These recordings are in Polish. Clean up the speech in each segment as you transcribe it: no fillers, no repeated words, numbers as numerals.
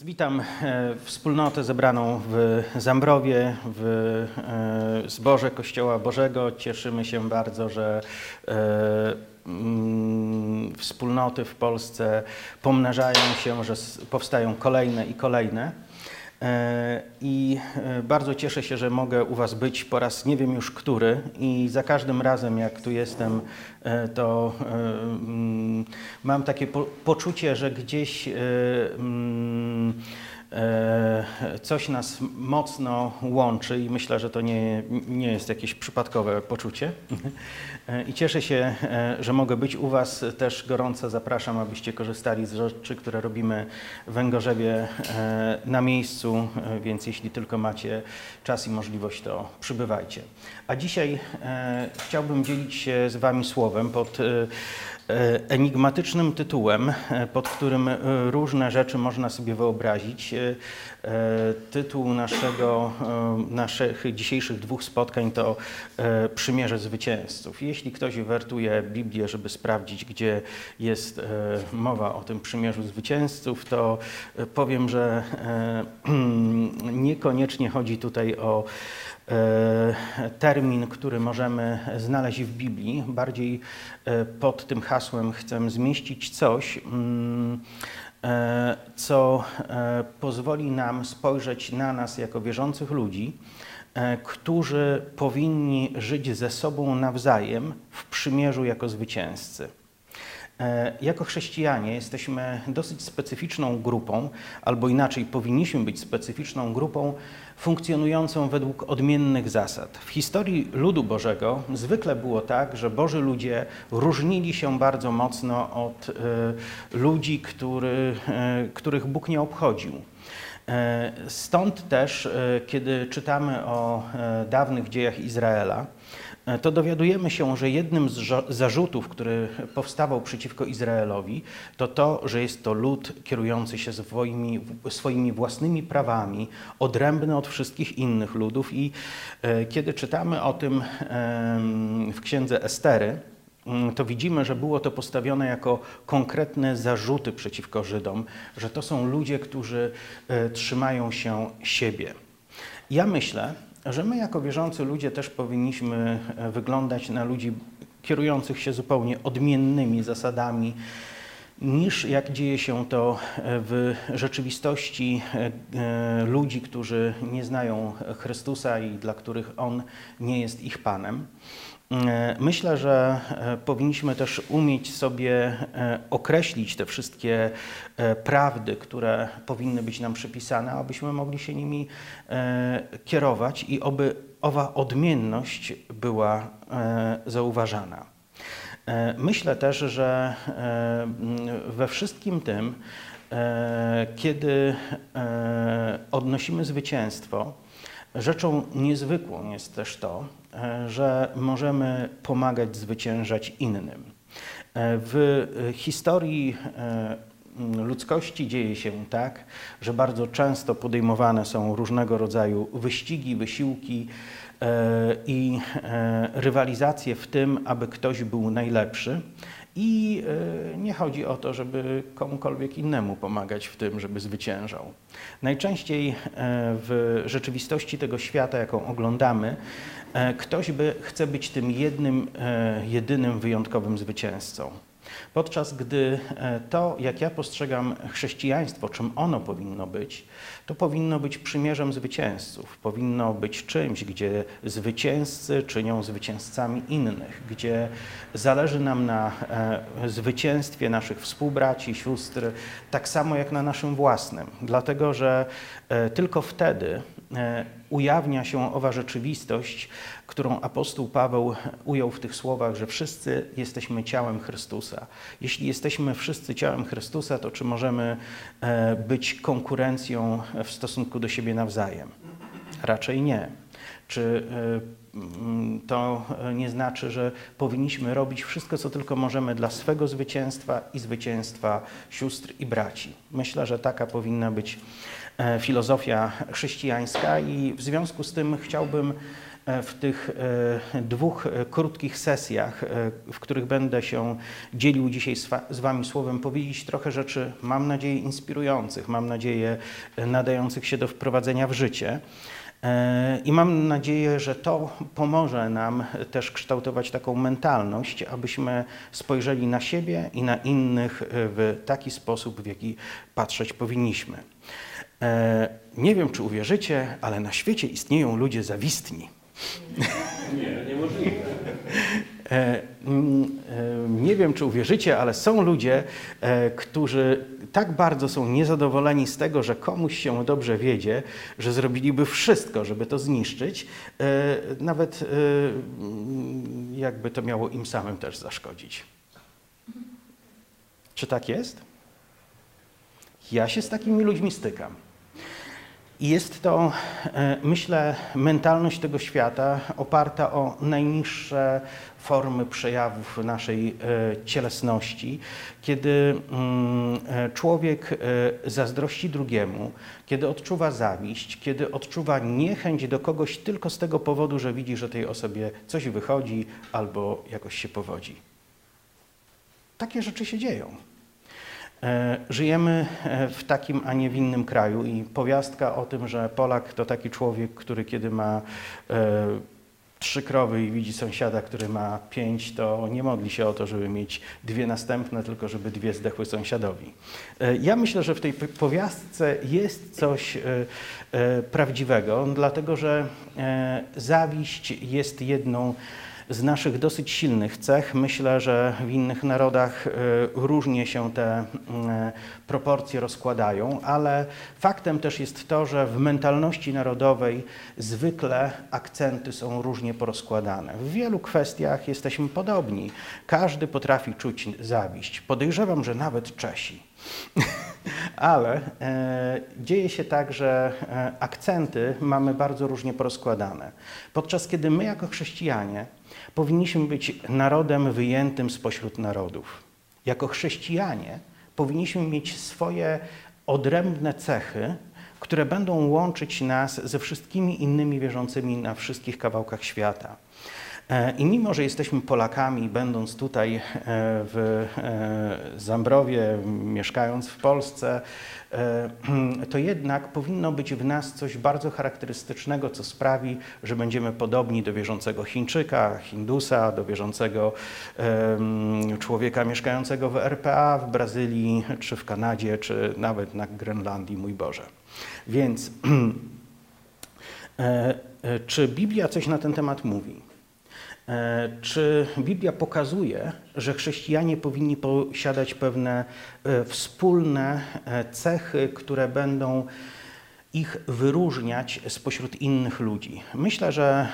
Witam wspólnotę zebraną w Zambrowie, w zborze Kościoła Bożego. Cieszymy się bardzo, że wspólnoty w Polsce pomnażają się, że powstają kolejne i kolejne. I bardzo cieszę się, że mogę u Was być po raz nie wiem już który i za każdym razem jak tu jestem, to mam takie poczucie, że gdzieś coś nas mocno łączy i myślę, że to nie jest jakieś przypadkowe poczucie. I cieszę się, że mogę być u Was. Też gorąco zapraszam, abyście korzystali z rzeczy, które robimy w Węgorzewie na miejscu, więc jeśli tylko macie czas i możliwość, to przybywajcie. A dzisiaj chciałbym dzielić się z Wami słowem pod enigmatycznym tytułem, pod którym różne rzeczy można sobie wyobrazić. Tytuł naszych dzisiejszych dwóch spotkań to Przymierze Zwycięzców. Jeśli ktoś wertuje Biblię, żeby sprawdzić, gdzie jest mowa o tym Przymierzu Zwycięzców, to powiem, że niekoniecznie chodzi tutaj o termin, który możemy znaleźć w Biblii. Bardziej pod tym hasłem chcę zmieścić coś, co pozwoli nam spojrzeć na nas jako wierzących ludzi, którzy powinni żyć ze sobą nawzajem w przymierzu jako zwycięzcy. Jako chrześcijanie jesteśmy dosyć specyficzną grupą, albo inaczej powinniśmy być specyficzną grupą funkcjonującą według odmiennych zasad. W historii ludu Bożego zwykle było tak, że Boży ludzie różnili się bardzo mocno od ludzi, których Bóg nie obchodził. Stąd też, kiedy czytamy o dawnych dziejach Izraela, to dowiadujemy się, że jednym z zarzutów, który powstawał przeciwko Izraelowi, to, że jest to lud kierujący się swoimi własnymi prawami, odrębny od wszystkich innych ludów. I kiedy czytamy o tym w księdze Estery, to widzimy, że było to postawione jako konkretne zarzuty przeciwko Żydom, że to są ludzie, którzy trzymają się siebie. Ja myślę, że my jako wierzący ludzie też powinniśmy wyglądać na ludzi kierujących się zupełnie odmiennymi zasadami, niż jak dzieje się to w rzeczywistości ludzi, którzy nie znają Chrystusa i dla których On nie jest ich Panem. Myślę, że powinniśmy też umieć sobie określić te wszystkie prawdy, które powinny być nam przypisane, abyśmy mogli się nimi kierować i oby owa odmienność była zauważana. Myślę też, że we wszystkim tym, kiedy odnosimy zwycięstwo, rzeczą niezwykłą jest też to, że możemy pomagać zwyciężać innym. W historii ludzkości dzieje się tak, że bardzo często podejmowane są różnego rodzaju wyścigi, wysiłki i rywalizacje w tym, aby ktoś był najlepszy. I nie chodzi o to, żeby komukolwiek innemu pomagać w tym, żeby zwyciężał. Najczęściej w rzeczywistości tego świata, jaką oglądamy, ktoś chce być tym jedynym wyjątkowym zwycięzcą. Podczas gdy to, jak ja postrzegam chrześcijaństwo, czym ono powinno być, to powinno być przymierzem zwycięzców. Powinno być czymś, gdzie zwycięzcy czynią zwycięzcami innych, gdzie zależy nam na zwycięstwie naszych współbraci, sióstr, tak samo jak na naszym własnym. Dlatego, że tylko wtedy ujawnia się owa rzeczywistość, którą apostoł Paweł ujął w tych słowach, że wszyscy jesteśmy ciałem Chrystusa. Jeśli jesteśmy wszyscy ciałem Chrystusa, to czy możemy być konkurencją w stosunku do siebie nawzajem? Raczej nie. Czy to nie znaczy, że powinniśmy robić wszystko, co tylko możemy dla swego zwycięstwa i zwycięstwa sióstr i braci? Myślę, że taka powinna być filozofia chrześcijańska i w związku z tym chciałbym w tych dwóch krótkich sesjach, w których będę się dzielił dzisiaj z Wami słowem, powiedzieć trochę rzeczy, mam nadzieję, inspirujących, mam nadzieję, nadających się do wprowadzenia w życie. I mam nadzieję, że to pomoże nam też kształtować taką mentalność, abyśmy spojrzeli na siebie i na innych w taki sposób, w jaki patrzeć powinniśmy. Nie wiem, czy uwierzycie, ale na świecie istnieją ludzie zawistni. Nie, niemożliwe. Nie wiem, czy uwierzycie, ale są ludzie, którzy tak bardzo są niezadowoleni z tego, że komuś się dobrze wiedzie, że zrobiliby wszystko, żeby to zniszczyć, nawet jakby to miało im samym też zaszkodzić. Czy tak jest? Ja się z takimi ludźmi stykam. I jest to, myślę, mentalność tego świata oparta o najniższe formy przejawów naszej cielesności, kiedy człowiek zazdrości drugiemu, kiedy odczuwa zawiść, kiedy odczuwa niechęć do kogoś tylko z tego powodu, że widzi, że tej osobie coś wychodzi albo jakoś się powodzi. Takie rzeczy się dzieją. Żyjemy w takim, a nie w innym kraju i powiastka o tym, że Polak to taki człowiek, który kiedy ma 3 krowy i widzi sąsiada, który ma 5, to nie modli się o to, żeby mieć 2 następne, tylko żeby 2 zdechły sąsiadowi. Ja myślę, że w tej powiastce jest coś prawdziwego, dlatego że zawiść jest jedną z naszych dosyć silnych cech. Myślę, że w innych narodach różnie się te proporcje rozkładają, ale faktem też jest to, że w mentalności narodowej zwykle akcenty są różnie porozkładane. W wielu kwestiach jesteśmy podobni. Każdy potrafi czuć zawiść. Podejrzewam, że nawet Czesi. Ale dzieje się tak, że akcenty mamy bardzo różnie porozkładane. Podczas kiedy my jako chrześcijanie powinniśmy być narodem wyjętym spośród narodów. Jako chrześcijanie powinniśmy mieć swoje odrębne cechy, które będą łączyć nas ze wszystkimi innymi wierzącymi na wszystkich kawałkach świata. I mimo, że jesteśmy Polakami, będąc tutaj w Zambrowie, mieszkając w Polsce, to jednak powinno być w nas coś bardzo charakterystycznego, co sprawi, że będziemy podobni do wierzącego Chińczyka, Hindusa, do wierzącego człowieka mieszkającego w RPA, w Brazylii, czy w Kanadzie, czy nawet na Grenlandii, mój Boże. Więc czy Biblia coś na ten temat mówi? Czy Biblia pokazuje, że chrześcijanie powinni posiadać pewne wspólne cechy, które będą ich wyróżniać spośród innych ludzi? Myślę, że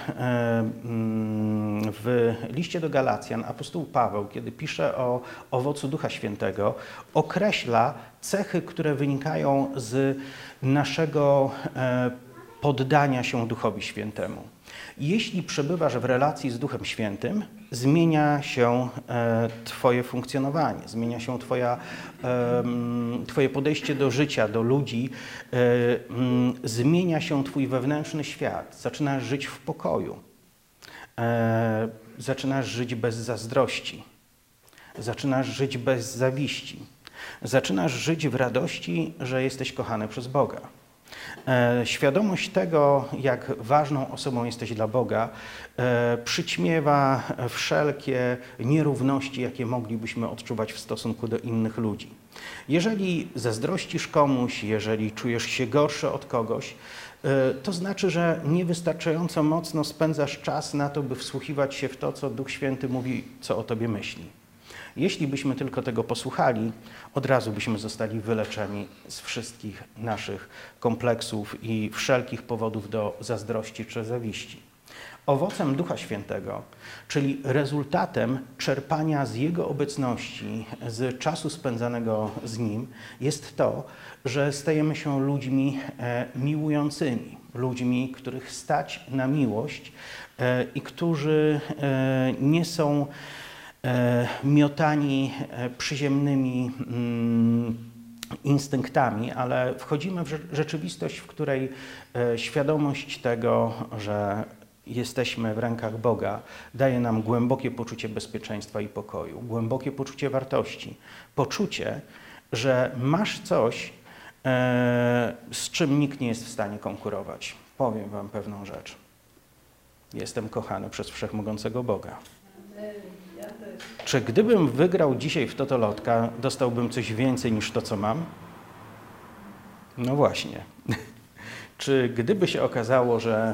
w liście do Galacjan apostoł Paweł, kiedy pisze o owocu Ducha Świętego, określa cechy, które wynikają z naszego poddania się Duchowi Świętemu. Jeśli przebywasz w relacji z Duchem Świętym, zmienia się Twoje funkcjonowanie, zmienia się Twoje podejście do życia, do ludzi, zmienia się Twój wewnętrzny świat. Zaczynasz żyć w pokoju, zaczynasz żyć bez zazdrości, zaczynasz żyć bez zawiści, zaczynasz żyć w radości, że jesteś kochany przez Boga. Świadomość tego, jak ważną osobą jesteś dla Boga, przyćmiewa wszelkie nierówności, jakie moglibyśmy odczuwać w stosunku do innych ludzi. Jeżeli zazdrościsz komuś, jeżeli czujesz się gorszy od kogoś, to znaczy, że niewystarczająco mocno spędzasz czas na to, by wsłuchiwać się w to, co Duch Święty mówi, co o tobie myśli. Jeśli byśmy tylko tego posłuchali, od razu byśmy zostali wyleczeni z wszystkich naszych kompleksów i wszelkich powodów do zazdrości czy zawiści. Owocem Ducha Świętego, czyli rezultatem czerpania z Jego obecności, z czasu spędzanego z Nim, jest to, że stajemy się ludźmi miłującymi, ludźmi, których stać na miłość i którzy nie są miotani przyziemnymi instynktami, ale wchodzimy w rzeczywistość, w której świadomość tego, że jesteśmy w rękach Boga, daje nam głębokie poczucie bezpieczeństwa i pokoju, głębokie poczucie wartości, poczucie, że masz coś, z czym nikt nie jest w stanie konkurować. Powiem wam pewną rzecz. Jestem kochany przez Wszechmogącego Boga. Czy gdybym wygrał dzisiaj w Totolotka, dostałbym coś więcej niż to, co mam? No właśnie. Czy gdyby się okazało, że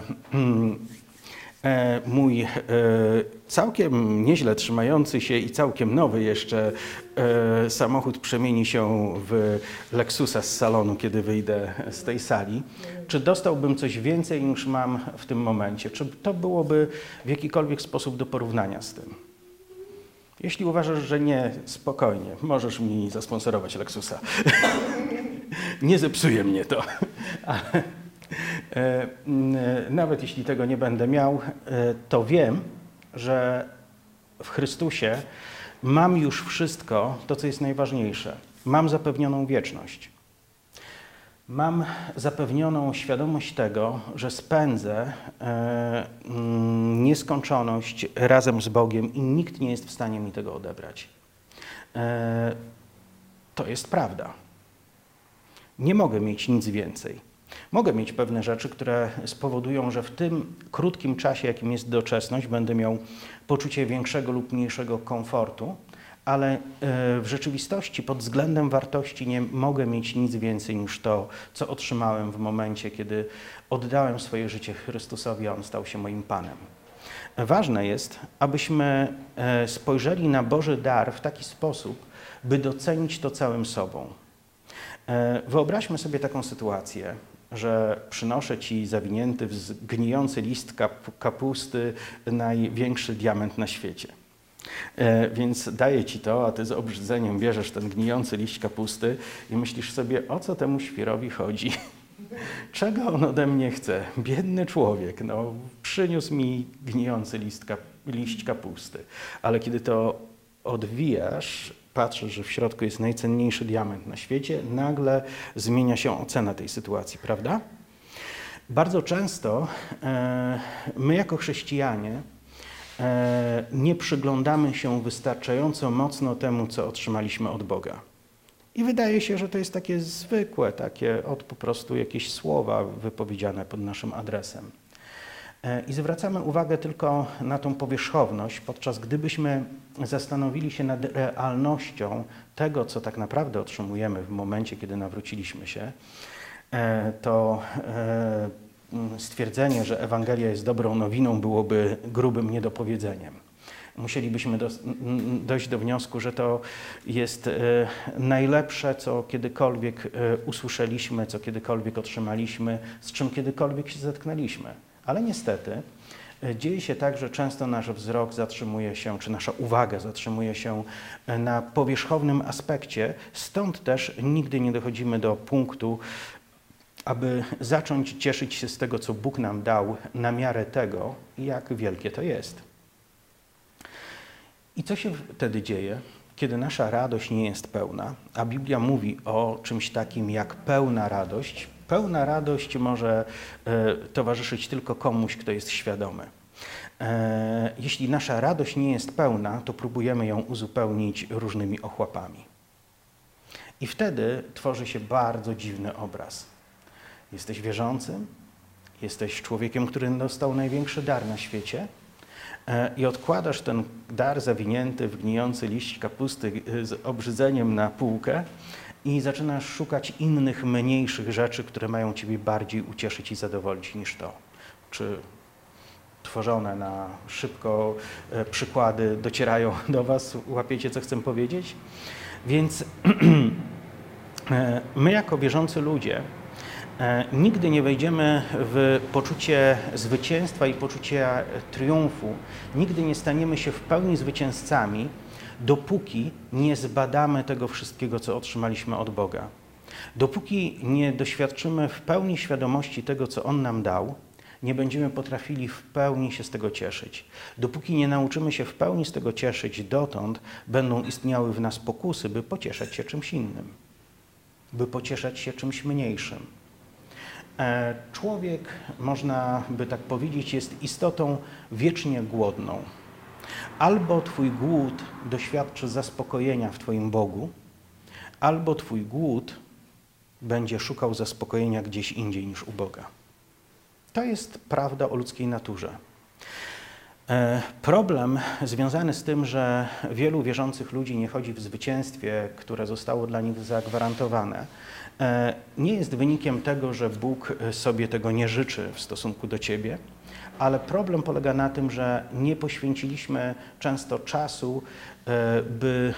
mój całkiem nieźle trzymający się i całkiem nowy jeszcze samochód przemieni się w Lexusa z salonu, kiedy wyjdę z tej sali, czy dostałbym coś więcej niż mam w tym momencie? Czy to byłoby w jakikolwiek sposób do porównania z tym? Jeśli uważasz, że nie, spokojnie, możesz mi zasponsorować Lexusa. Nie zepsuje mnie to. Ale nawet jeśli tego nie będę miał, to wiem, że w Chrystusie mam już wszystko, to co jest najważniejsze. Mam zapewnioną wieczność. Mam zapewnioną świadomość tego, że spędzę nieskończoność razem z Bogiem i nikt nie jest w stanie mi tego odebrać. To jest prawda. Nie mogę mieć nic więcej. Mogę mieć pewne rzeczy, które spowodują, że w tym krótkim czasie, jakim jest doczesność, będę miał poczucie większego lub mniejszego komfortu, ale w rzeczywistości pod względem wartości nie mogę mieć nic więcej niż to, co otrzymałem w momencie, kiedy oddałem swoje życie Chrystusowi, a On stał się moim Panem. Ważne jest, abyśmy spojrzeli na Boży dar w taki sposób, by docenić to całym sobą. Wyobraźmy sobie taką sytuację, że przynoszę Ci zawinięty w gnijący list kapusty największy diament na świecie. Więc daję Ci to, a Ty z obrzydzeniem bierzesz ten gnijący liść kapusty i myślisz sobie, o co temu świrowi chodzi? Czego on ode mnie chce? Biedny człowiek, no, przyniósł mi gnijący liść kapusty. Ale kiedy to odwijasz, patrzysz, że w środku jest najcenniejszy diament na świecie, nagle zmienia się ocena tej sytuacji, prawda? Bardzo często my jako chrześcijanie nie przyglądamy się wystarczająco mocno temu, co otrzymaliśmy od Boga. I wydaje się, że to jest takie zwykłe, takie po prostu jakieś słowa wypowiedziane pod naszym adresem. I zwracamy uwagę tylko na tą powierzchowność, podczas gdybyśmy zastanowili się nad realnością tego, co tak naprawdę otrzymujemy w momencie, kiedy nawróciliśmy się, to stwierdzenie, że Ewangelia jest dobrą nowiną, byłoby grubym niedopowiedzeniem. Musielibyśmy dojść do wniosku, że to jest najlepsze, co kiedykolwiek usłyszeliśmy, co kiedykolwiek otrzymaliśmy, z czym kiedykolwiek się zetknęliśmy. Ale niestety dzieje się tak, że często nasz wzrok zatrzymuje się, czy nasza uwaga zatrzymuje się na powierzchownym aspekcie, stąd też nigdy nie dochodzimy do punktu, aby zacząć cieszyć się z tego, co Bóg nam dał, na miarę tego, jak wielkie to jest. I co się wtedy dzieje, kiedy nasza radość nie jest pełna? A Biblia mówi o czymś takim jak pełna radość. Pełna radość może towarzyszyć tylko komuś, kto jest świadomy. Jeśli nasza radość nie jest pełna, to próbujemy ją uzupełnić różnymi ochłapami. I wtedy tworzy się bardzo dziwny obraz. Jesteś wierzącym, jesteś człowiekiem, który dostał największy dar na świecie i odkładasz ten dar zawinięty w gnijący liść kapusty z obrzydzeniem na półkę i zaczynasz szukać innych, mniejszych rzeczy, które mają Ciebie bardziej ucieszyć i zadowolić niż to. Czy tworzone na szybko przykłady docierają do Was? Łapiecie, co chcę powiedzieć? Więc my jako wierzący ludzie nigdy nie wejdziemy w poczucie zwycięstwa i poczucie triumfu. Nigdy nie staniemy się w pełni zwycięzcami, dopóki nie zbadamy tego wszystkiego, co otrzymaliśmy od Boga. Dopóki nie doświadczymy w pełni świadomości tego, co On nam dał, nie będziemy potrafili w pełni się z tego cieszyć. Dopóki nie nauczymy się w pełni z tego cieszyć, dotąd będą istniały w nas pokusy, by pocieszać się czymś innym, by pocieszać się czymś mniejszym. Człowiek, można by tak powiedzieć, jest istotą wiecznie głodną. Albo twój głód doświadczy zaspokojenia w twoim Bogu, albo twój głód będzie szukał zaspokojenia gdzieś indziej niż u Boga. To jest prawda o ludzkiej naturze. Problem związany z tym, że wielu wierzących ludzi nie chodzi w zwycięstwie, które zostało dla nich zagwarantowane, nie jest wynikiem tego, że Bóg sobie tego nie życzy w stosunku do ciebie, ale problem polega na tym, że nie poświęciliśmy często czasu, by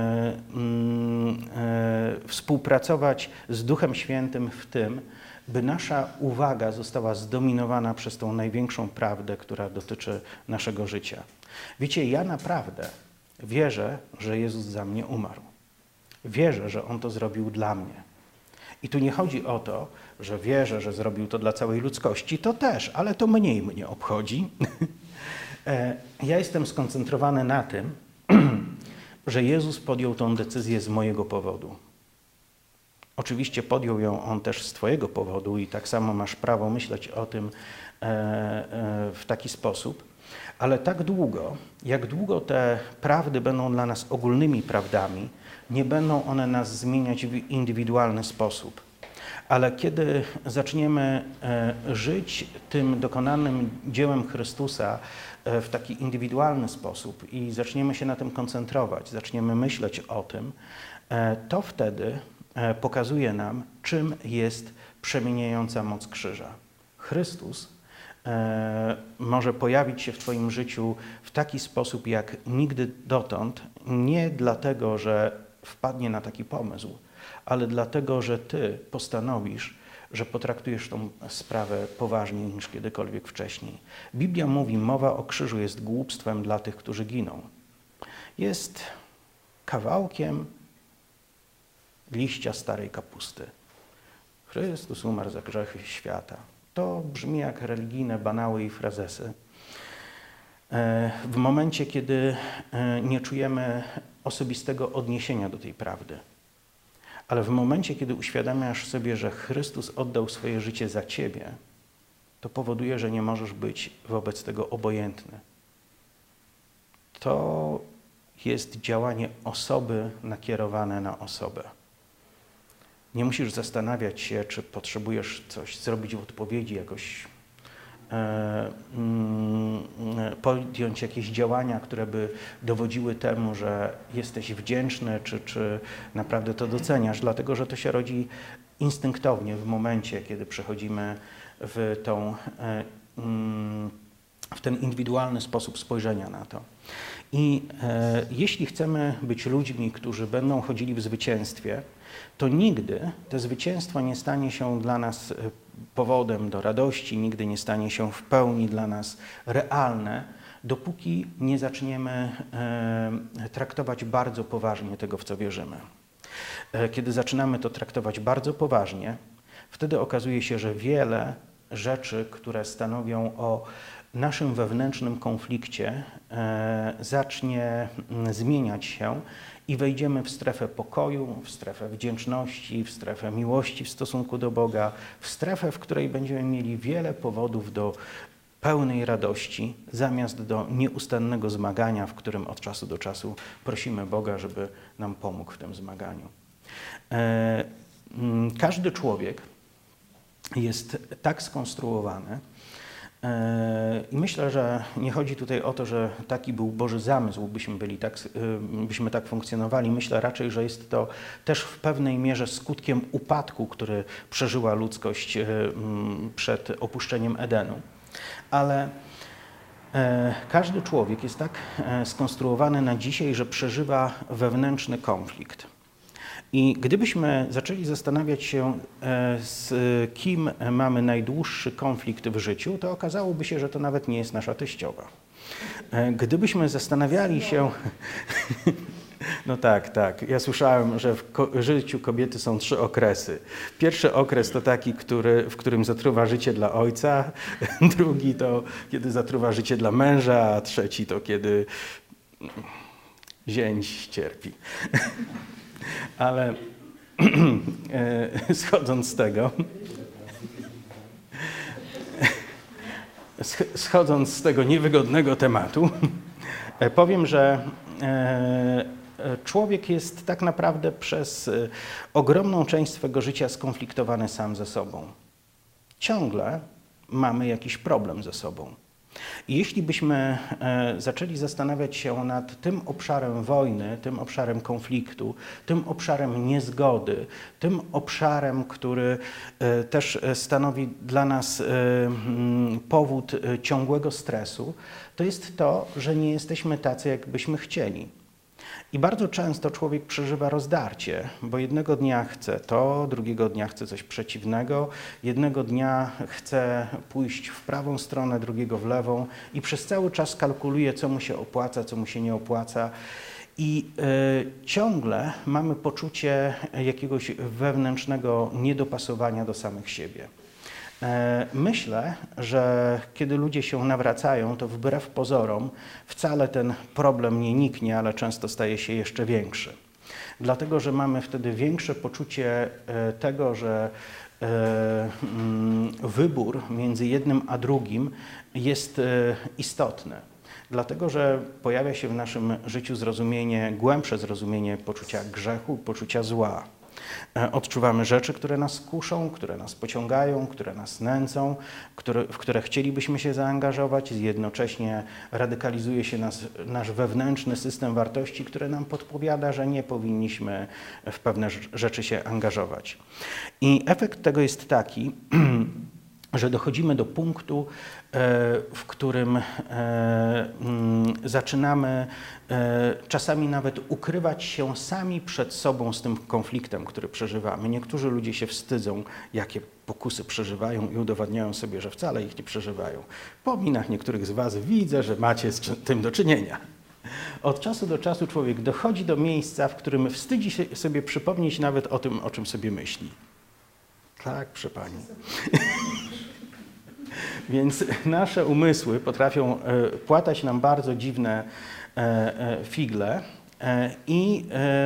współpracować z Duchem Świętym w tym, by nasza uwaga została zdominowana przez tą największą prawdę, która dotyczy naszego życia. Wiecie, ja naprawdę wierzę, że Jezus za mnie umarł. Wierzę, że On to zrobił dla mnie. I tu nie chodzi o to, że wierzę, że zrobił to dla całej ludzkości, to też, ale to mniej mnie obchodzi. Ja jestem skoncentrowany na tym, że Jezus podjął tą decyzję z mojego powodu. Oczywiście podjął ją On też z twojego powodu i tak samo masz prawo myśleć o tym w taki sposób, ale tak długo, jak długo te prawdy będą dla nas ogólnymi prawdami, nie będą one nas zmieniać w indywidualny sposób. Ale kiedy zaczniemy żyć tym dokonanym dziełem Chrystusa w taki indywidualny sposób i zaczniemy się na tym koncentrować, zaczniemy myśleć o tym, to wtedy pokazuje nam, czym jest przemieniająca moc krzyża. Chrystus może pojawić się w twoim życiu w taki sposób jak nigdy dotąd, nie dlatego, że wpadnie na taki pomysł, ale dlatego, że ty postanowisz, że potraktujesz tą sprawę poważniej niż kiedykolwiek wcześniej. Biblia mówi, mowa o krzyżu jest głupstwem dla tych, którzy giną. Jest kawałkiem liścia starej kapusty. Chrystus umarł za grzechy świata. To brzmi jak religijne banały i frazesy. W momencie, kiedy nie czujemy osobistego odniesienia do tej prawdy. Ale w momencie, kiedy uświadamiasz sobie, że Chrystus oddał swoje życie za ciebie, to powoduje, że nie możesz być wobec tego obojętny. To jest działanie osoby nakierowane na osobę. Nie musisz zastanawiać się, czy potrzebujesz coś zrobić w odpowiedzi, jakoś podjąć jakieś działania, które by dowodziły temu, że jesteś wdzięczny, czy naprawdę to doceniasz, dlatego że to się rodzi instynktownie w momencie, kiedy przechodzimy w ten indywidualny sposób spojrzenia na to. I jeśli chcemy być ludźmi, którzy będą chodzili w zwycięstwie, to nigdy to zwycięstwo nie stanie się dla nas powodem do radości, nigdy nie stanie się w pełni dla nas realne, dopóki nie zaczniemy traktować bardzo poważnie tego, w co wierzymy. Kiedy zaczynamy to traktować bardzo poważnie, wtedy okazuje się, że wiele rzeczy, które stanowią o naszym wewnętrznym konflikcie, zacznie zmieniać się i wejdziemy w strefę pokoju, w strefę wdzięczności, w strefę miłości w stosunku do Boga, w strefę, w której będziemy mieli wiele powodów do pełnej radości, zamiast do nieustannego zmagania, w którym od czasu do czasu prosimy Boga, żeby nam pomógł w tym zmaganiu. Każdy człowiek jest tak skonstruowany, i myślę, że nie chodzi tutaj o to, że taki był Boży zamysł, byśmy tak funkcjonowali. Myślę raczej, że jest to też w pewnej mierze skutkiem upadku, który przeżyła ludzkość przed opuszczeniem Edenu. Ale każdy człowiek jest tak skonstruowany na dzisiaj, że przeżywa wewnętrzny konflikt. I gdybyśmy zaczęli zastanawiać się, z kim mamy najdłuższy konflikt w życiu, to okazałoby się, że to nawet nie jest nasza teściowa. Gdybyśmy zastanawiali się... No tak. Ja słyszałem, że w życiu kobiety są 3 okresy. Pierwszy okres to taki, w którym zatruwa życie dla ojca, drugi to kiedy zatruwa życie dla męża, a trzeci to kiedy zięć cierpi. Ale schodząc z tego, schodząc z tego niewygodnego tematu, powiem, że człowiek jest tak naprawdę przez ogromną część swego życia skonfliktowany sam ze sobą. Ciągle mamy jakiś problem ze sobą. I jeśli byśmy zaczęli zastanawiać się nad tym obszarem wojny, tym obszarem konfliktu, tym obszarem niezgody, tym obszarem, który też stanowi dla nas powód ciągłego stresu, to jest to, że nie jesteśmy tacy, jak byśmy chcieli. I bardzo często człowiek przeżywa rozdarcie, bo jednego dnia chce to, drugiego dnia chce coś przeciwnego, jednego dnia chce pójść w prawą stronę, drugiego w lewą i przez cały czas kalkuluje, co mu się opłaca, co mu się nie opłaca. I ciągle mamy poczucie jakiegoś wewnętrznego niedopasowania do samych siebie. Myślę, że kiedy ludzie się nawracają, to wbrew pozorom wcale ten problem nie niknie, ale często staje się jeszcze większy. Dlatego, że mamy wtedy większe poczucie tego, że wybór między jednym a drugim jest istotny. Dlatego, że pojawia się w naszym życiu głębsze zrozumienie poczucia grzechu, poczucia zła. Odczuwamy rzeczy, które nas kuszą, które nas pociągają, które nas nęcą, w które chcielibyśmy się zaangażować. Jednocześnie radykalizuje się nasz wewnętrzny system wartości, który nam podpowiada, że nie powinniśmy w pewne rzeczy się angażować. I efekt tego jest taki, że dochodzimy do punktu, w którym zaczynamy czasami nawet ukrywać się sami przed sobą z tym konfliktem, który przeżywamy. Niektórzy ludzie się wstydzą, jakie pokusy przeżywają i udowadniają sobie, że wcale ich nie przeżywają. Po minach niektórych z was widzę, że macie z tym do czynienia. Od czasu do czasu człowiek dochodzi do miejsca, w którym wstydzi się sobie przypomnieć nawet o tym, o czym sobie myśli. Tak, proszę pani. Więc nasze umysły potrafią płatać nam bardzo dziwne figle i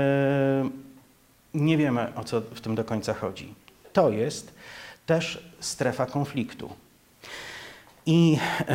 nie wiemy, o co w tym do końca chodzi. To jest też strefa konfliktu. I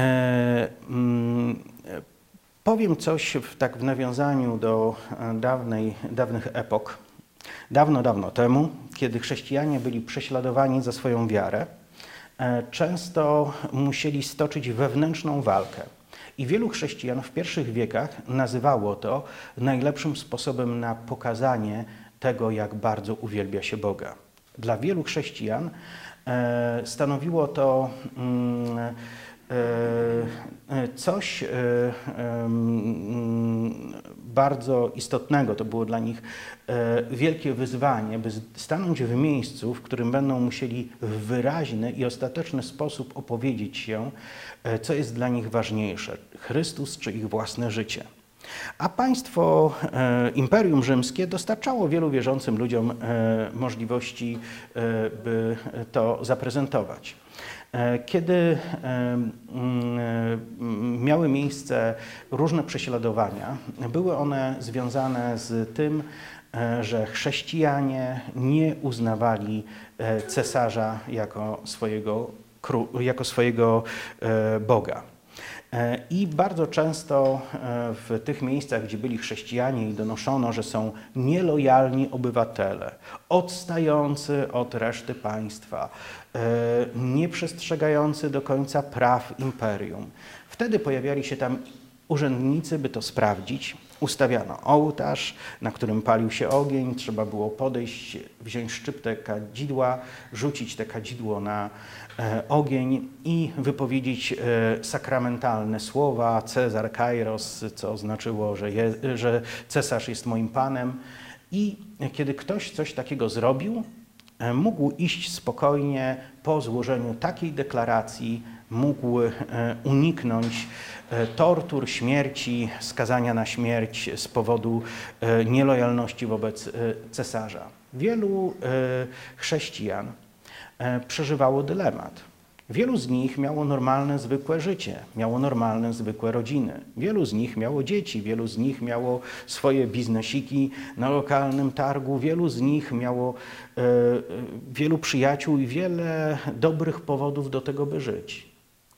powiem coś tak w nawiązaniu do dawnych epok. Dawno, dawno temu, kiedy chrześcijanie byli prześladowani za swoją wiarę, często musieli stoczyć wewnętrzną walkę. I wielu chrześcijan w pierwszych wiekach nazywało to najlepszym sposobem na pokazanie tego, jak bardzo uwielbia się Boga. Dla wielu chrześcijan stanowiło to coś bardzo istotnego. To było dla nich wielkie wyzwanie, by stanąć w miejscu, w którym będą musieli w wyraźny i ostateczny sposób opowiedzieć się, co jest dla nich ważniejsze, Chrystus czy ich własne życie. A państwo Imperium Rzymskie dostarczało wielu wierzącym ludziom możliwości, by to zaprezentować. Kiedy miały miejsce różne prześladowania, były one związane z tym, że chrześcijanie nie uznawali cesarza jako swojego Boga. I bardzo często w tych miejscach, gdzie byli chrześcijanie i donoszono, że są nielojalni obywatele, odstający od reszty państwa, nieprzestrzegający do końca praw imperium. Wtedy pojawiali się tam urzędnicy, by to sprawdzić. Ustawiano ołtarz, na którym palił się ogień, trzeba było podejść, wziąć szczyptę kadzidła, rzucić te kadzidło na ogień i wypowiedzieć sakramentalne słowa Cezar Kairos, co znaczyło, że cesarz jest moim panem. I kiedy ktoś coś takiego zrobił, mógł iść spokojnie po złożeniu takiej deklaracji, mógł uniknąć tortur, śmierci, skazania na śmierć z powodu nielojalności wobec cesarza. Wielu chrześcijan przeżywało dylemat. Wielu z nich miało normalne, zwykłe życie, miało normalne, zwykłe rodziny. Wielu z nich miało dzieci, wielu z nich miało swoje biznesiki na lokalnym targu, wielu z nich miało wielu przyjaciół i wiele dobrych powodów do tego, by żyć.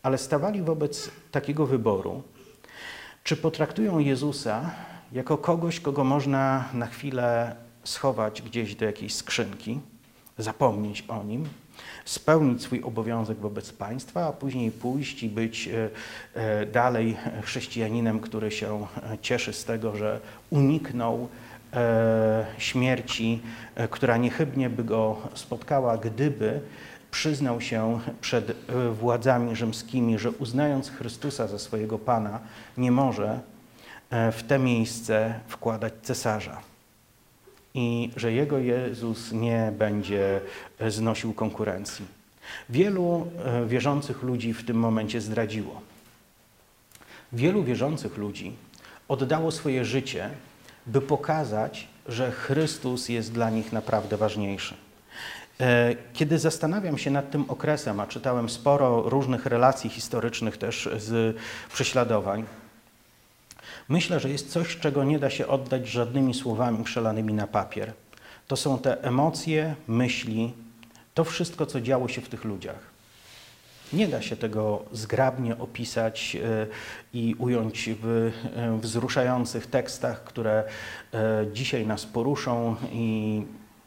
ale stawali wobec takiego wyboru, czy potraktują Jezusa jako kogoś, kogo można na chwilę schować gdzieś do jakiejś skrzynki, zapomnieć o nim, spełnić swój obowiązek wobec państwa, a później pójść i być dalej chrześcijaninem, który się cieszy z tego, że uniknął śmierci, która niechybnie by go spotkała, gdyby przyznał się przed władzami rzymskimi, że uznając Chrystusa za swojego Pana, nie może w te miejsce wkładać cesarza i że jego Jezus nie będzie znosił konkurencji. Wielu wierzących ludzi w tym momencie zdradziło. Wielu wierzących ludzi oddało swoje życie, by pokazać, że Chrystus jest dla nich naprawdę ważniejszy. Kiedy zastanawiam się nad tym okresem, a czytałem sporo różnych relacji historycznych też z prześladowań, myślę, że jest coś, czego nie da się oddać żadnymi słowami przelanymi na papier. To są te emocje, myśli, to wszystko, co działo się w tych ludziach. Nie da się tego zgrabnie opisać i ująć w wzruszających tekstach, które dzisiaj nas poruszą i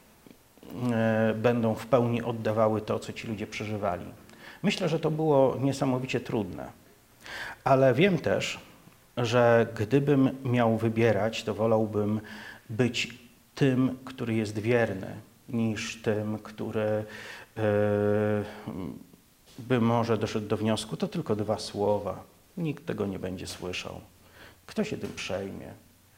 będą w pełni oddawały to, co ci ludzie przeżywali. Myślę, że to było niesamowicie trudne, ale wiem też, że gdybym miał wybierać, to wolałbym być tym, który jest wierny, niż tym, który by może doszedł do wniosku, to tylko 2 słowa, nikt tego nie będzie słyszał. Kto się tym przejmie?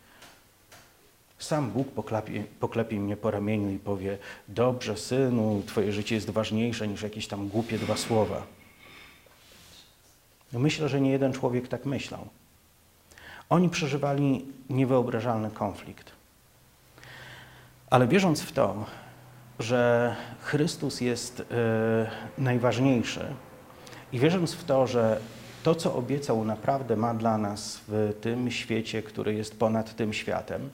Sam Bóg poklepie mnie po ramieniu i powie: dobrze, synu, twoje życie jest ważniejsze niż jakieś tam głupie 2 słowa. Myślę, że nie jeden człowiek tak myślał. Oni przeżywali niewyobrażalny konflikt. Ale wierząc w to, że Chrystus jest najważniejszy i wierząc w to, że to, co obiecał, naprawdę ma dla nas w tym świecie, który jest ponad tym światem,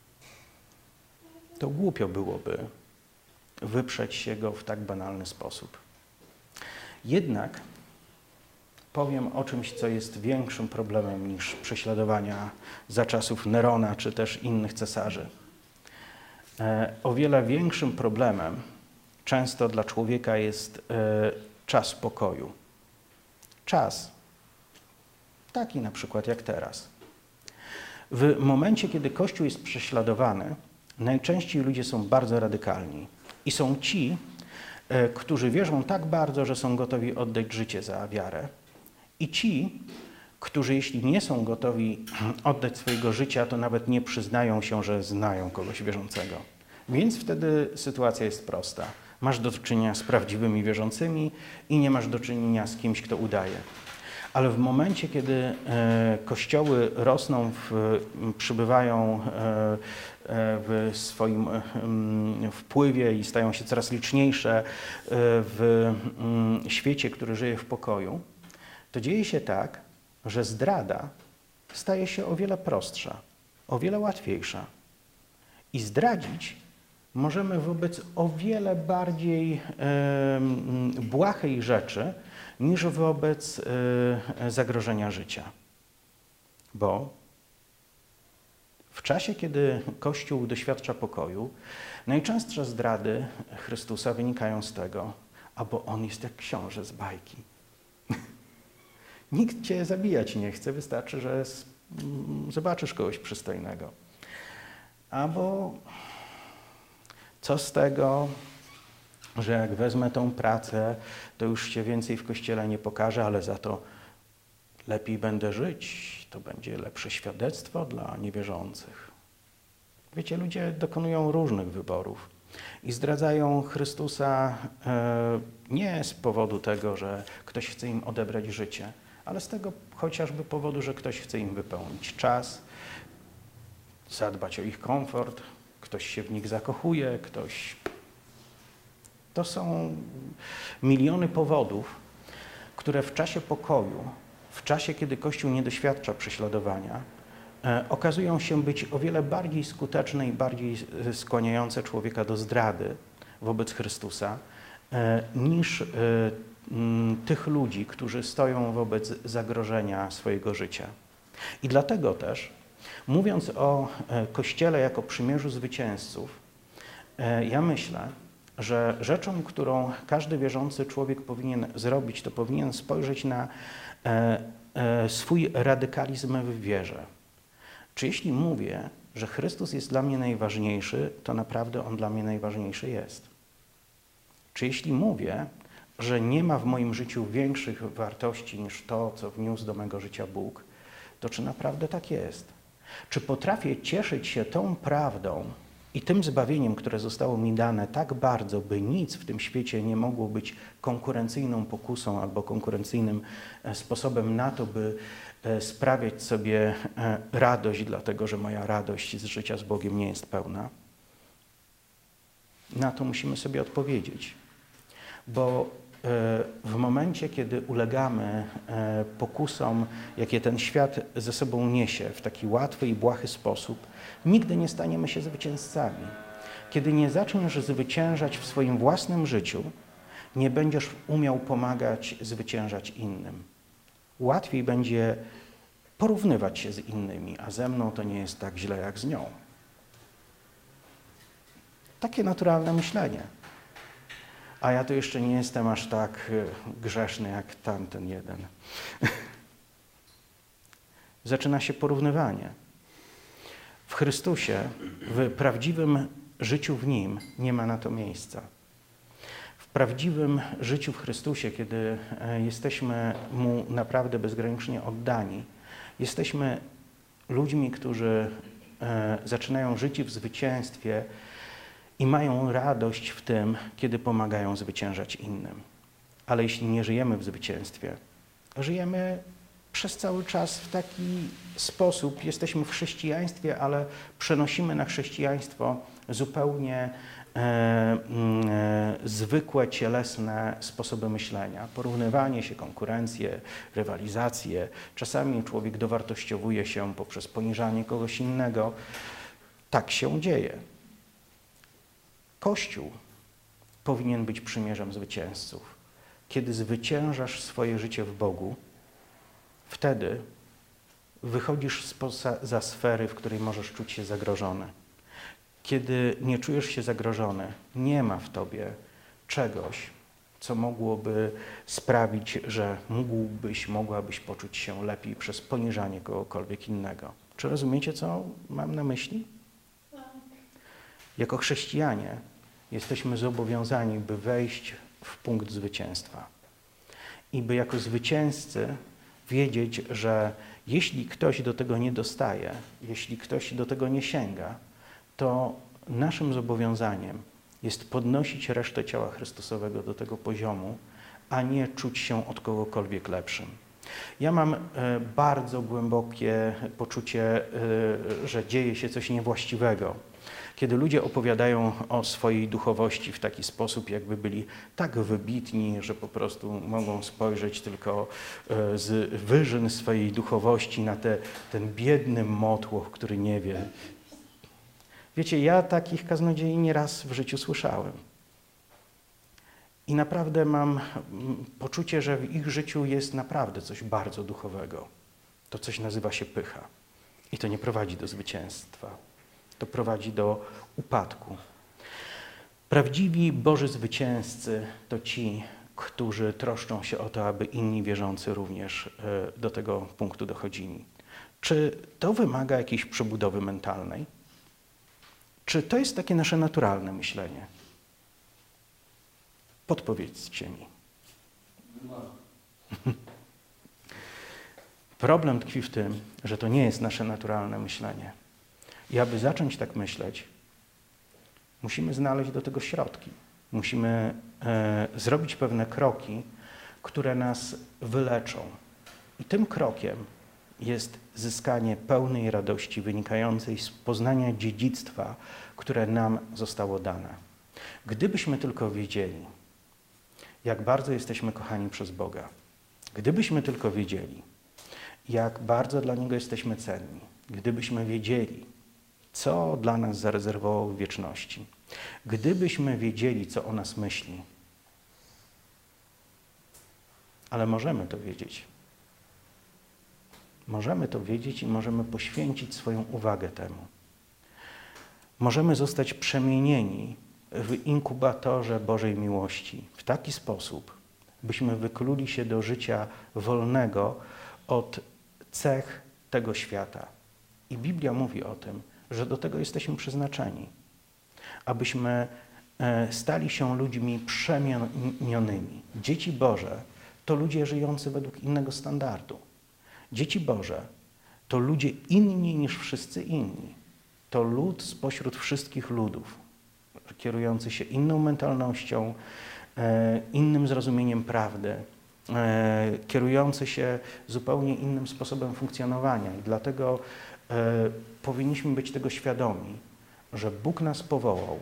to głupio byłoby wyprzeć się go w tak banalny sposób. Jednak powiem o czymś, co jest większym problemem niż prześladowania za czasów Nerona czy też innych cesarzy. O wiele większym problemem często dla człowieka jest czas pokoju. Czas taki na przykład jak teraz. W momencie, kiedy Kościół jest prześladowany, najczęściej ludzie są bardzo radykalni i są ci, którzy wierzą tak bardzo, że są gotowi oddać życie za wiarę, i ci, którzy jeśli nie są gotowi oddać swojego życia, to nawet nie przyznają się, że znają kogoś wierzącego. Więc wtedy sytuacja jest prosta. Masz do czynienia z prawdziwymi wierzącymi i nie masz do czynienia z kimś, kto udaje. Ale w momencie, kiedy kościoły rosną, przybywają w swoim wpływie i stają się coraz liczniejsze w świecie, który żyje w pokoju, to dzieje się tak, że zdrada staje się o wiele prostsza, o wiele łatwiejsza. I zdradzić możemy wobec o wiele bardziej błahej rzeczy niż wobec zagrożenia życia. Bo w czasie, kiedy Kościół doświadcza pokoju, najczęstsze zdrady Chrystusa wynikają z tego, bo On jest jak książę z bajki. Nikt cię zabijać nie chce, wystarczy, że zobaczysz kogoś przystojnego. Albo co z tego, że jak wezmę tą pracę, to już się więcej w Kościele nie pokażę, ale za to lepiej będę żyć. To będzie lepsze świadectwo dla niewierzących. Wiecie, ludzie dokonują różnych wyborów i zdradzają Chrystusa nie z powodu tego, że ktoś chce im odebrać życie, ale z tego chociażby powodu, że ktoś chce im wypełnić czas, zadbać o ich komfort, ktoś się w nich zakochuje, ktoś... To są miliony powodów, które w czasie pokoju, w czasie, kiedy Kościół nie doświadcza prześladowania, okazują się być o wiele bardziej skuteczne i bardziej skłaniające człowieka do zdrady wobec Chrystusa, niż tych ludzi, którzy stoją wobec zagrożenia swojego życia. I dlatego też, mówiąc o Kościele jako przymierzu zwycięzców, ja myślę, że rzeczą, którą każdy wierzący człowiek powinien zrobić, to powinien spojrzeć na swój radykalizm w wierze. Czy jeśli mówię, że Chrystus jest dla mnie najważniejszy, to naprawdę On dla mnie najważniejszy jest? Czy jeśli mówię, że nie ma w moim życiu większych wartości niż to, co wniósł do mego życia Bóg, to czy naprawdę tak jest? Czy potrafię cieszyć się tą prawdą i tym zbawieniem, które zostało mi dane tak bardzo, by nic w tym świecie nie mogło być konkurencyjną pokusą albo konkurencyjnym sposobem na to, by sprawiać sobie radość, dlatego że moja radość z życia z Bogiem nie jest pełna? Na to musimy sobie odpowiedzieć, bo w momencie, kiedy ulegamy pokusom, jakie ten świat ze sobą niesie w taki łatwy i błahy sposób, nigdy nie staniemy się zwycięzcami. Kiedy nie zaczniesz zwyciężać w swoim własnym życiu, nie będziesz umiał pomagać zwyciężać innym. Łatwiej będzie porównywać się z innymi, a ze mną to nie jest tak źle jak z nią. Takie naturalne myślenie. A ja to jeszcze nie jestem aż tak grzeszny jak tamten jeden. Zaczyna się porównywanie. W Chrystusie, w prawdziwym życiu w Nim nie ma na to miejsca. W prawdziwym życiu w Chrystusie, kiedy jesteśmy Mu naprawdę bezgranicznie oddani, jesteśmy ludźmi, którzy zaczynają żyć w zwycięstwie i mają radość w tym, kiedy pomagają zwyciężać innym. Ale jeśli nie żyjemy w zwycięstwie, żyjemy przez cały czas w taki sposób, jesteśmy w chrześcijaństwie, ale przenosimy na chrześcijaństwo zupełnie zwykłe, cielesne sposoby myślenia. Porównywanie się, konkurencję, rywalizację. Czasami człowiek dowartościowuje się poprzez poniżanie kogoś innego. Tak się dzieje. Kościół powinien być przymierzem zwycięzców. Kiedy zwyciężasz swoje życie w Bogu, wtedy wychodzisz za sfery, w której możesz czuć się zagrożony. Kiedy nie czujesz się zagrożony, nie ma w tobie czegoś, co mogłoby sprawić, że mogłabyś poczuć się lepiej przez poniżanie kogokolwiek innego. Czy rozumiecie, co mam na myśli? Jako chrześcijanie jesteśmy zobowiązani, by wejść w punkt zwycięstwa i by jako zwycięzcy wiedzieć, że jeśli ktoś do tego nie dostaje, jeśli ktoś do tego nie sięga, to naszym zobowiązaniem jest podnosić resztę ciała Chrystusowego do tego poziomu, a nie czuć się od kogokolwiek lepszym. Ja mam bardzo głębokie poczucie, że dzieje się coś niewłaściwego, kiedy ludzie opowiadają o swojej duchowości w taki sposób, jakby byli tak wybitni, że po prostu mogą spojrzeć tylko z wyżyn swojej duchowości na ten biedny motłoch, który nie wie. Wiecie, ja takich kaznodziei nieraz w życiu słyszałem. I naprawdę mam poczucie, że w ich życiu jest naprawdę coś bardzo duchowego. To coś nazywa się pycha. I to nie prowadzi do zwycięstwa. To prowadzi do upadku. Prawdziwi Boży zwycięzcy to ci, którzy troszczą się o to, aby inni wierzący również do tego punktu dochodzili. Czy to wymaga jakiejś przebudowy mentalnej? Czy to jest takie nasze naturalne myślenie? Podpowiedzcie mi. Problem tkwi w tym, że to nie jest nasze naturalne myślenie. I aby zacząć tak myśleć, musimy znaleźć do tego środki. Musimy zrobić pewne kroki, które nas wyleczą. I tym krokiem jest zyskanie pełnej radości wynikającej z poznania dziedzictwa, które nam zostało dane. Gdybyśmy tylko wiedzieli, jak bardzo jesteśmy kochani przez Boga, gdybyśmy tylko wiedzieli, jak bardzo dla Niego jesteśmy cenni, gdybyśmy wiedzieli, co dla nas zarezerwował w wieczności, gdybyśmy wiedzieli, co o nas myśli, ale możemy to wiedzieć. Możemy to wiedzieć i możemy poświęcić swoją uwagę temu. Możemy zostać przemienieni w inkubatorze Bożej miłości w taki sposób, byśmy wykluli się do życia wolnego od cech tego świata. I Biblia mówi o tym, że do tego jesteśmy przeznaczeni, abyśmy stali się ludźmi przemienionymi. Dzieci Boże to ludzie żyjący według innego standardu. Dzieci Boże to ludzie inni niż wszyscy inni. To lud spośród wszystkich ludów, kierujący się inną mentalnością, innym zrozumieniem prawdy, kierujący się zupełnie innym sposobem funkcjonowania. I dlatego powinniśmy być tego świadomi, że Bóg nas powołał,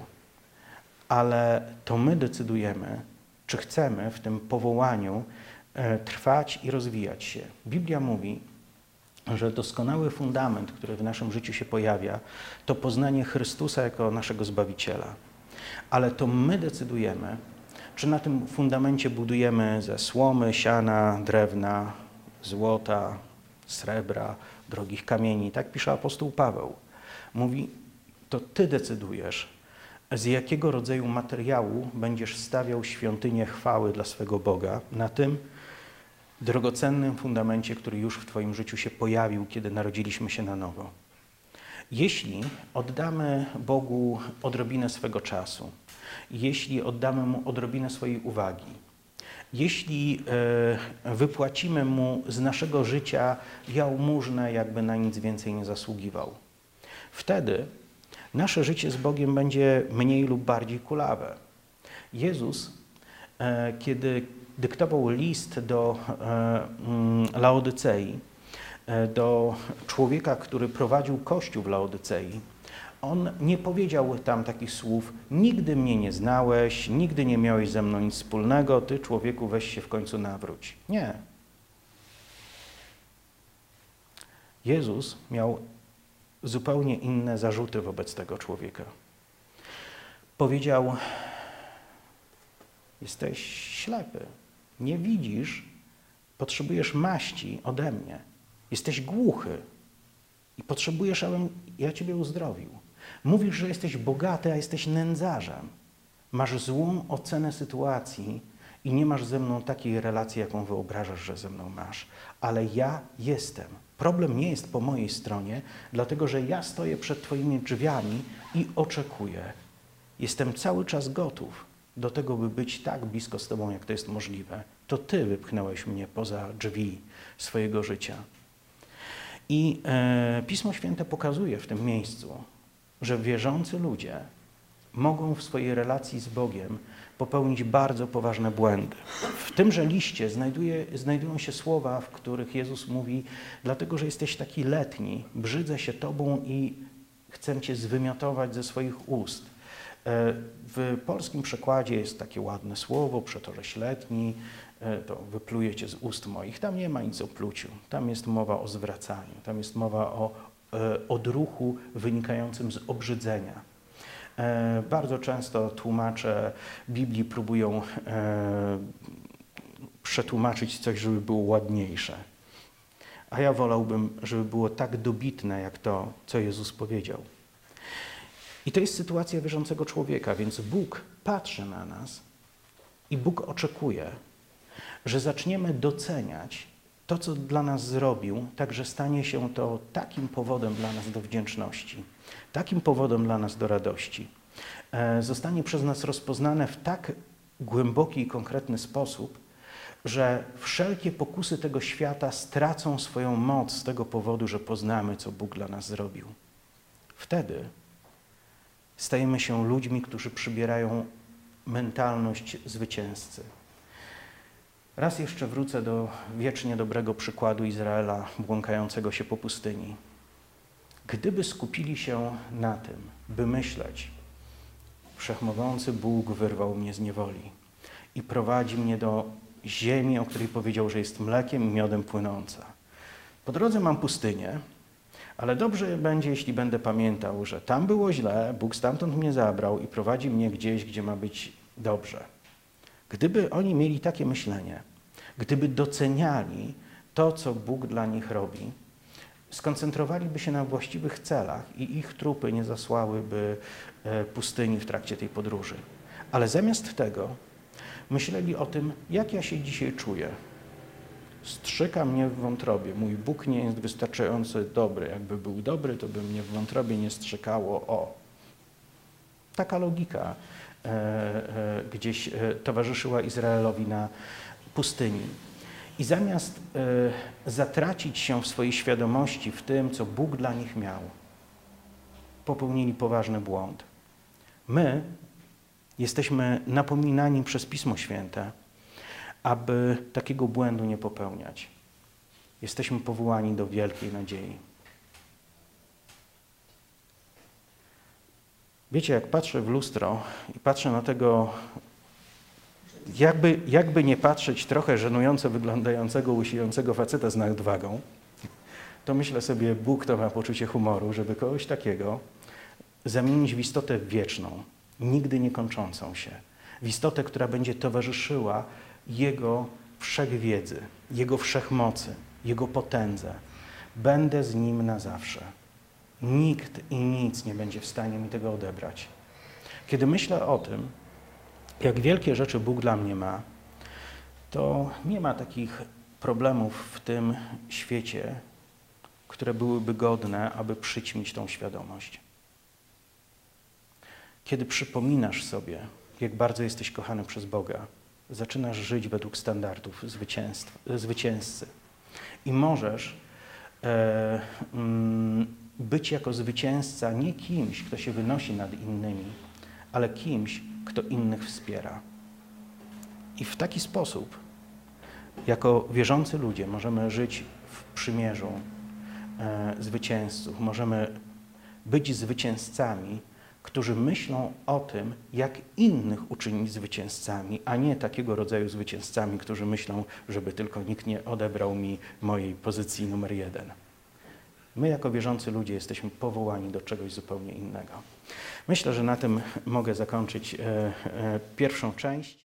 ale to my decydujemy, czy chcemy w tym powołaniu trwać i rozwijać się. Biblia mówi, że doskonały fundament, który w naszym życiu się pojawia, to poznanie Chrystusa jako naszego Zbawiciela. Ale to my decydujemy, czy na tym fundamencie budujemy ze słomy, siana, drewna, złota, srebra, drogich kamieni. Tak pisze apostoł Paweł. Mówi, to ty decydujesz, z jakiego rodzaju materiału będziesz stawiał świątynię chwały dla swego Boga na tym drogocennym fundamencie, który już w twoim życiu się pojawił, kiedy narodziliśmy się na nowo. Jeśli oddamy Bogu odrobinę swego czasu, jeśli oddamy Mu odrobinę swojej uwagi, jeśli wypłacimy Mu z naszego życia jałmużnę, jakby na nic więcej nie zasługiwał, wtedy nasze życie z Bogiem będzie mniej lub bardziej kulawe. Jezus, kiedy dyktował list do Laodycei, do człowieka, który prowadził kościół w Laodycei, on nie powiedział tam takich słów: nigdy mnie nie znałeś, nigdy nie miałeś ze mną nic wspólnego, ty, człowieku, weź się w końcu nawróć. Nie. Jezus miał zupełnie inne zarzuty wobec tego człowieka. Powiedział: jesteś ślepy, nie widzisz, potrzebujesz maści ode mnie. Jesteś głuchy i potrzebujesz, abym ja ciebie uzdrowił. Mówisz, że jesteś bogaty, a jesteś nędzarzem. Masz złą ocenę sytuacji i nie masz ze mną takiej relacji, jaką wyobrażasz, że ze mną masz. Ale ja jestem. Problem nie jest po mojej stronie, dlatego że ja stoję przed twoimi drzwiami i oczekuję. Jestem cały czas gotów do tego, by być tak blisko z tobą, jak to jest możliwe. To ty wypchnąłeś mnie poza drzwi swojego życia. I Pismo Święte pokazuje w tym miejscu, że wierzący ludzie mogą w swojej relacji z Bogiem popełnić bardzo poważne błędy. W tymże liście znajdują się słowa, w których Jezus mówi: dlatego, że jesteś taki letni, brzydzę się tobą i chcę cię zwymiotować ze swoich ust. W polskim przekładzie jest takie ładne słowo, przetoroś letni, to wypluje cię z ust moich. Tam nie ma nic o pluciu, tam jest mowa o zwracaniu, tam jest mowa o odruchu wynikającym z obrzydzenia. Bardzo często tłumacze Biblii próbują przetłumaczyć coś, żeby było ładniejsze. A ja wolałbym, żeby było tak dobitne, jak to, co Jezus powiedział. I to jest sytuacja wierzącego człowieka, więc Bóg patrzy na nas i Bóg oczekuje, że zaczniemy doceniać to, co dla nas zrobił, tak że stanie się to takim powodem dla nas do wdzięczności, takim powodem dla nas do radości. Zostanie przez nas rozpoznane w tak głęboki i konkretny sposób, że wszelkie pokusy tego świata stracą swoją moc z tego powodu, że poznamy, co Bóg dla nas zrobił. Wtedy stajemy się ludźmi, którzy przybierają mentalność zwycięzcy. Raz jeszcze wrócę do wiecznie dobrego przykładu Izraela błąkającego się po pustyni. Gdyby skupili się na tym, by myśleć: wszechmogący Bóg wyrwał mnie z niewoli i prowadzi mnie do ziemi, o której powiedział, że jest mlekiem i miodem płynąca. Po drodze mam pustynię, ale dobrze będzie, jeśli będę pamiętał, że tam było źle, Bóg stamtąd mnie zabrał i prowadzi mnie gdzieś, gdzie ma być dobrze. Gdyby oni mieli takie myślenie, gdyby doceniali to, co Bóg dla nich robi, skoncentrowaliby się na właściwych celach i ich trupy nie zasłałyby pustyni w trakcie tej podróży. Ale zamiast tego myśleli o tym, jak ja się dzisiaj czuję. Strzyka mnie w wątrobie. Mój Bóg nie jest wystarczająco dobry. Jakby był dobry, to by mnie w wątrobie nie strzykało. O! Taka logika gdzieś towarzyszyła Izraelowi na pustyni. I zamiast zatracić się w swojej świadomości w tym, co Bóg dla nich miał, popełnili poważny błąd. My jesteśmy napominani przez Pismo Święte, aby takiego błędu nie popełniać. Jesteśmy powołani do wielkiej nadziei. Wiecie, jak patrzę w lustro i patrzę na tego, jakby nie patrzeć, trochę żenująco wyglądającego, łysiejącego faceta z nadwagą, to myślę sobie, Bóg to ma poczucie humoru, żeby kogoś takiego zamienić w istotę wieczną, nigdy nie kończącą się. W istotę, która będzie towarzyszyła Jego wszechwiedzy, Jego wszechmocy, Jego potędze. Będę z Nim na zawsze. Nikt i nic nie będzie w stanie mi tego odebrać. Kiedy myślę o tym, jak wielkie rzeczy Bóg dla mnie ma, to nie ma takich problemów w tym świecie, które byłyby godne, aby przyćmić tą świadomość. Kiedy przypominasz sobie, jak bardzo jesteś kochany przez Boga, zaczynasz żyć według standardów zwycięzcy. I możesz być jako zwycięzca nie kimś, kto się wynosi nad innymi, ale kimś, kto innych wspiera. I w taki sposób, jako wierzący ludzie, możemy żyć w przymierzu zwycięzców. Możemy być zwycięzcami, którzy myślą o tym, jak innych uczynić zwycięzcami, a nie takiego rodzaju zwycięzcami, którzy myślą, żeby tylko nikt nie odebrał mi mojej pozycji numer 1. My jako wierzący ludzie jesteśmy powołani do czegoś zupełnie innego. Myślę, że na tym mogę zakończyć pierwszą część.